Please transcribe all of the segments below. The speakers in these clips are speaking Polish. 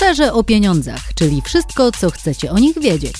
Szczerze o pieniądzach, czyli wszystko, co chcecie o nich wiedzieć.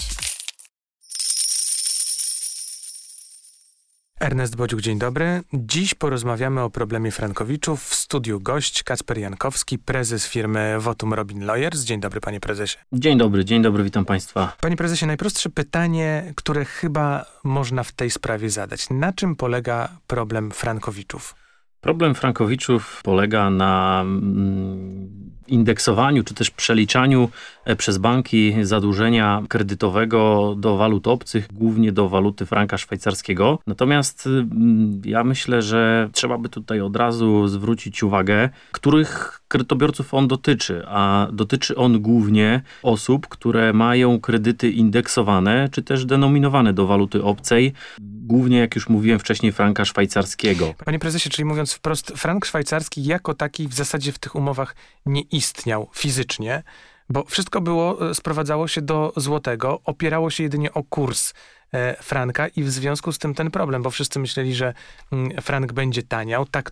Ernest Bodziuk, dzień dobry. Dziś porozmawiamy o problemie frankowiczów. W studiu gość Kacper Jankowski, prezes firmy Votum Robin Lawyers. Dzień dobry, panie prezesie. Dzień dobry, witam państwa. Panie prezesie, najprostsze pytanie, które chyba można w tej sprawie zadać. Na czym polega problem frankowiczów? Problem frankowiczów polega na indeksowaniu, czy też przeliczaniu przez banki zadłużenia kredytowego do walut obcych, głównie do waluty franka szwajcarskiego. Natomiast ja myślę, że trzeba by tutaj od razu zwrócić uwagę, których kredytobiorców on dotyczy, a dotyczy on głównie osób, które mają kredyty indeksowane, czy też denominowane do waluty obcej, głównie, jak już mówiłem wcześniej, franka szwajcarskiego. Panie prezesie, czyli mówiąc wprost, frank szwajcarski jako taki w zasadzie w tych umowach nie istniał fizycznie, bo wszystko sprowadzało się do złotego, opierało się jedynie o kurs franka i w związku z tym ten problem, bo wszyscy myśleli, że frank będzie taniał. Tak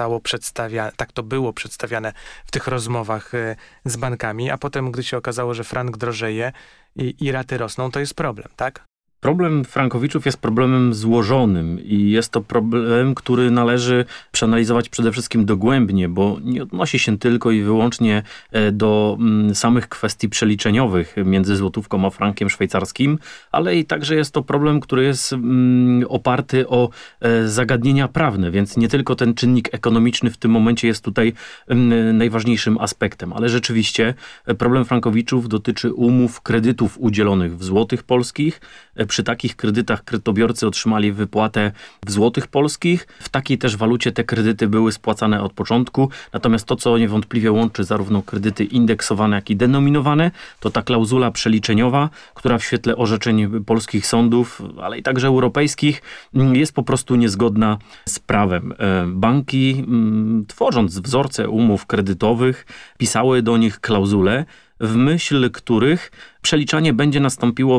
to było przedstawiane w tych rozmowach z bankami, a potem, gdy się okazało, że frank drożeje i raty rosną, to jest problem, tak? Problem frankowiczów jest problemem złożonym i jest to problem, który należy przeanalizować przede wszystkim dogłębnie, bo nie odnosi się tylko i wyłącznie do samych kwestii przeliczeniowych między złotówką a frankiem szwajcarskim, ale i także jest to problem, który jest oparty o zagadnienia prawne, więc nie tylko ten czynnik ekonomiczny w tym momencie jest tutaj najważniejszym aspektem, ale rzeczywiście problem frankowiczów dotyczy umów kredytów udzielonych w złotych polskich. Przy takich kredytach kredytobiorcy otrzymali wypłatę w złotych polskich. W takiej też walucie te kredyty były spłacane od początku. Natomiast to, co niewątpliwie łączy zarówno kredyty indeksowane, jak i denominowane, to ta klauzula przeliczeniowa, która w świetle orzeczeń polskich sądów, ale i także europejskich, jest po prostu niezgodna z prawem. Banki, tworząc wzorce umów kredytowych, pisały do nich klauzule, w myśl których przeliczanie będzie nastąpiło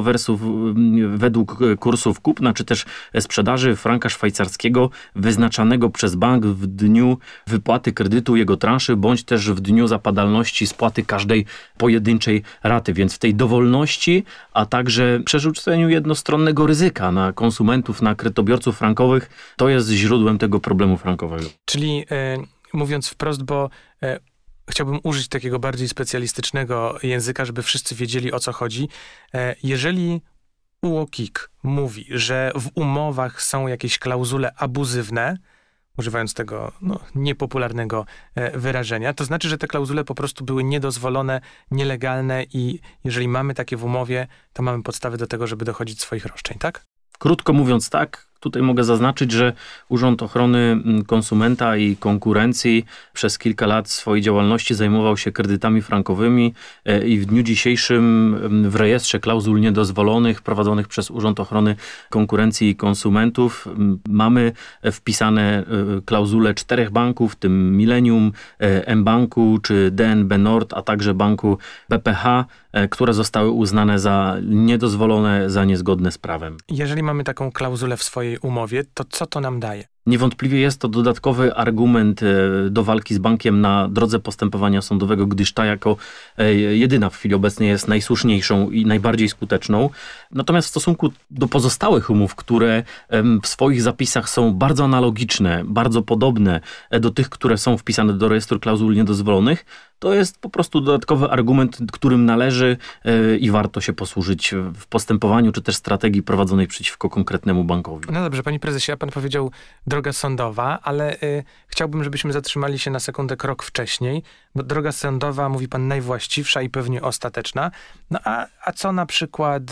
według kursów kupna, czy też sprzedaży franka szwajcarskiego wyznaczanego przez bank w dniu wypłaty kredytu, jego transzy, bądź też w dniu zapadalności spłaty każdej pojedynczej raty. Więc w tej dowolności, a także przerzuceniu jednostronnego ryzyka na konsumentów, na kredytobiorców frankowych, to jest źródłem tego problemu frankowego. Czyli mówiąc wprost, bo chciałbym użyć takiego bardziej specjalistycznego języka, żeby wszyscy wiedzieli, o co chodzi. Jeżeli UOKiK mówi, że w umowach są jakieś klauzule abuzywne, używając tego niepopularnego wyrażenia, to znaczy, że te klauzule po prostu były niedozwolone, nielegalne i jeżeli mamy takie w umowie, to mamy podstawy do tego, żeby dochodzić swoich roszczeń, tak? Krótko mówiąc tak, tutaj mogę zaznaczyć, że Urząd Ochrony Konsumenta i Konkurencji przez kilka lat swojej działalności zajmował się kredytami frankowymi i w dniu dzisiejszym w rejestrze klauzul niedozwolonych prowadzonych przez Urząd Ochrony Konkurencji i Konsumentów mamy wpisane klauzule 4 banków, w tym Millennium, mBanku czy DNB Nord, a także banku BPH, które zostały uznane za niedozwolone, za niezgodne z prawem. Jeżeli mamy taką klauzulę w swojej umowie, to co to nam daje? Niewątpliwie jest to dodatkowy argument do walki z bankiem na drodze postępowania sądowego, gdyż ta jako jedyna w chwili obecnej jest najsłuszniejszą i najbardziej skuteczną. Natomiast w stosunku do pozostałych umów, które w swoich zapisach są bardzo analogiczne, bardzo podobne do tych, które są wpisane do rejestru klauzul niedozwolonych, to jest po prostu dodatkowy argument, którym należy i warto się posłużyć w postępowaniu, czy też strategii prowadzonej przeciwko konkretnemu bankowi. No dobrze, panie prezesie, a pan powiedział droga sądowa, ale chciałbym, żebyśmy zatrzymali się na sekundę krok wcześniej, bo droga sądowa, mówi pan, najwłaściwsza i pewnie ostateczna. No a co na przykład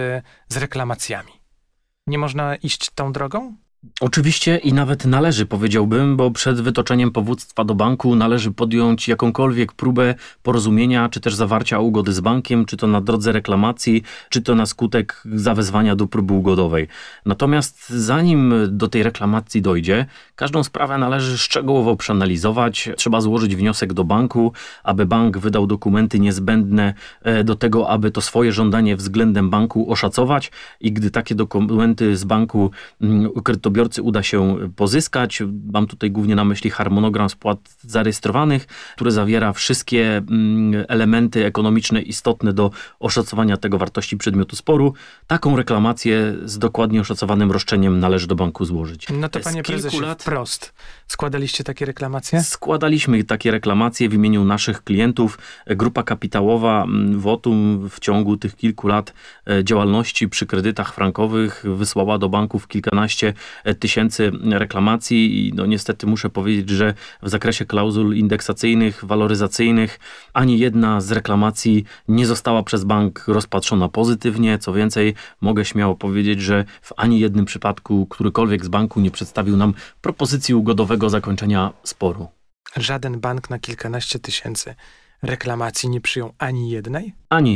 z reklamacjami? Nie można iść tą drogą? Oczywiście i nawet należy, powiedziałbym, bo przed wytoczeniem powództwa do banku należy podjąć jakąkolwiek próbę porozumienia, czy też zawarcia ugody z bankiem, czy to na drodze reklamacji, czy to na skutek zawezwania do próby ugodowej. Natomiast zanim do tej reklamacji dojdzie, każdą sprawę należy szczegółowo przeanalizować. Trzeba złożyć wniosek do banku, aby bank wydał dokumenty niezbędne do tego, aby to swoje żądanie względem banku oszacować i gdy takie dokumenty z banku kredytobiorca kredytobiorcy uda się pozyskać. Mam tutaj głównie na myśli harmonogram spłat zarejestrowanych, który zawiera wszystkie elementy ekonomiczne istotne do oszacowania tego wartości przedmiotu sporu. Taką reklamację z dokładnie oszacowanym roszczeniem należy do banku złożyć. No to panie prezesie, wprost. Składaliście takie reklamacje? Składaliśmy takie reklamacje w imieniu naszych klientów. Grupa kapitałowa Votum w ciągu tych kilku lat działalności przy kredytach frankowych wysłała do banków kilkanaście tysięcy reklamacji i no niestety muszę powiedzieć, że w zakresie klauzul indeksacyjnych, waloryzacyjnych ani jedna z reklamacji nie została przez bank rozpatrzona pozytywnie. Co więcej, mogę śmiało powiedzieć, że w ani jednym przypadku którykolwiek z banku nie przedstawił nam propozycji ugodowego zakończenia sporu. Żaden bank na kilkanaście tysięcy reklamacji nie przyjął ani jednej?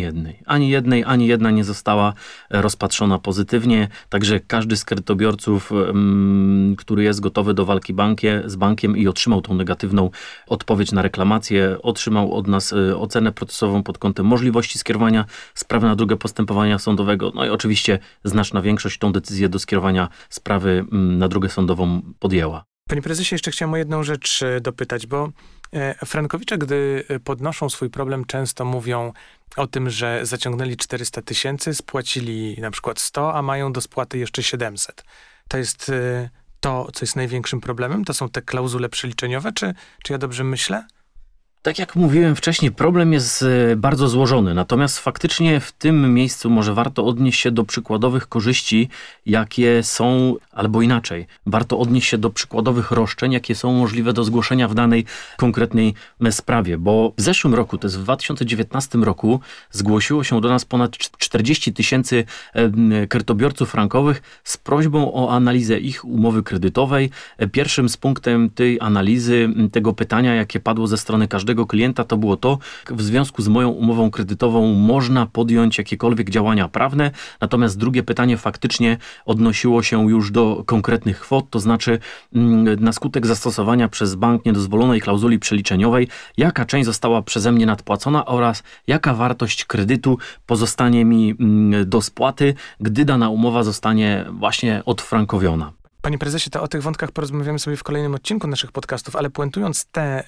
Ani jedna nie została rozpatrzona pozytywnie. Także każdy z kredytobiorców, który jest gotowy do walki z bankiem i otrzymał tą negatywną odpowiedź na reklamację, otrzymał od nas ocenę procesową pod kątem możliwości skierowania sprawy na drogę postępowania sądowego. No i oczywiście znaczna większość tą decyzję do skierowania sprawy na drogę sądową podjęła. Panie prezesie, jeszcze chciałem o jedną rzecz dopytać, bo frankowicze, gdy podnoszą swój problem, często mówią o tym, że zaciągnęli 400 tysięcy, spłacili na przykład 100, a mają do spłaty jeszcze 700. To jest to, co jest największym problemem? To są te klauzule przeliczeniowe? Czy ja dobrze myślę? Tak jak mówiłem wcześniej, problem jest bardzo złożony, natomiast faktycznie w tym miejscu może warto odnieść się do przykładowych korzyści, jakie są, albo inaczej, warto odnieść się do przykładowych roszczeń, jakie są możliwe do zgłoszenia w danej konkretnej sprawie, bo w zeszłym roku, to jest w 2019 roku, zgłosiło się do nas ponad 40 tysięcy kredytobiorców frankowych z prośbą o analizę ich umowy kredytowej. Pierwszym z punktem tej analizy, tego pytania, jakie padło ze strony każdego klienta, to było to, w związku z moją umową kredytową można podjąć jakiekolwiek działania prawne, natomiast drugie pytanie faktycznie odnosiło się już do konkretnych kwot, to znaczy na skutek zastosowania przez bank niedozwolonej klauzuli przeliczeniowej, jaka część została przeze mnie nadpłacona oraz jaka wartość kredytu pozostanie mi do spłaty, gdy dana umowa zostanie właśnie odfrankowiona. Panie prezesie, to o tych wątkach porozmawiamy sobie w kolejnym odcinku naszych podcastów, ale puentując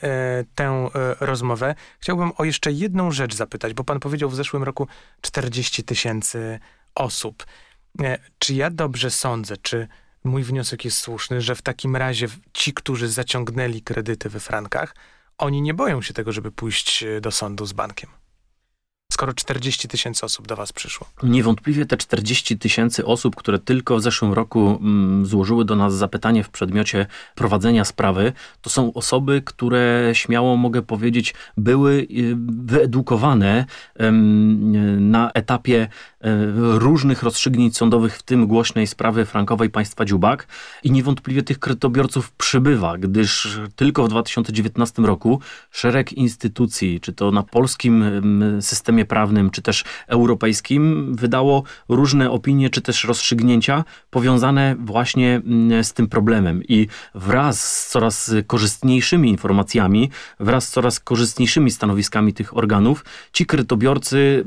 tę rozmowę, chciałbym o jeszcze jedną rzecz zapytać, bo pan powiedział w zeszłym roku 40 tysięcy osób. Czy ja dobrze sądzę, czy mój wniosek jest słuszny, że w takim razie ci, którzy zaciągnęli kredyty we frankach, oni nie boją się tego, żeby pójść do sądu z bankiem? Skoro 40 tysięcy osób do was przyszło. Niewątpliwie te 40 tysięcy osób, które tylko w zeszłym roku złożyły do nas zapytanie w przedmiocie prowadzenia sprawy, to są osoby, które śmiało mogę powiedzieć były wyedukowane na etapie różnych rozstrzygnięć sądowych, w tym głośnej sprawy frankowej państwa Dziubak i niewątpliwie tych kredytobiorców przybywa, gdyż tylko w 2019 roku szereg instytucji, czy to na polskim systemie prawnym, czy też europejskim, wydało różne opinie, czy też rozstrzygnięcia powiązane właśnie z tym problemem. I wraz z coraz korzystniejszymi informacjami, wraz z coraz korzystniejszymi stanowiskami tych organów, ci kredytobiorcy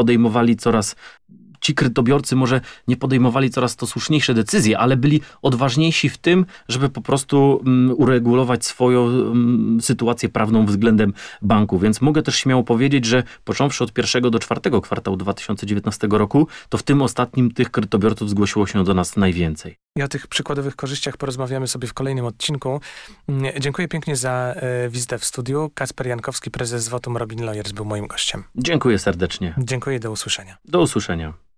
może nie podejmowali coraz to słuszniejsze decyzje, ale byli odważniejsi w tym, żeby po prostu uregulować swoją sytuację prawną względem banku. Więc mogę też śmiało powiedzieć, że począwszy od 1 do 4 kwartału 2019 roku, to w tym ostatnim tych kredytobiorców zgłosiło się do nas najwięcej. I o tych przykładowych korzyściach porozmawiamy sobie w kolejnym odcinku. Dziękuję pięknie za wizytę w studiu. Kacper Jankowski, prezes Votum Robin Lawyers, był moim gościem. Dziękuję serdecznie. Dziękuję, do usłyszenia. Do usłyszenia.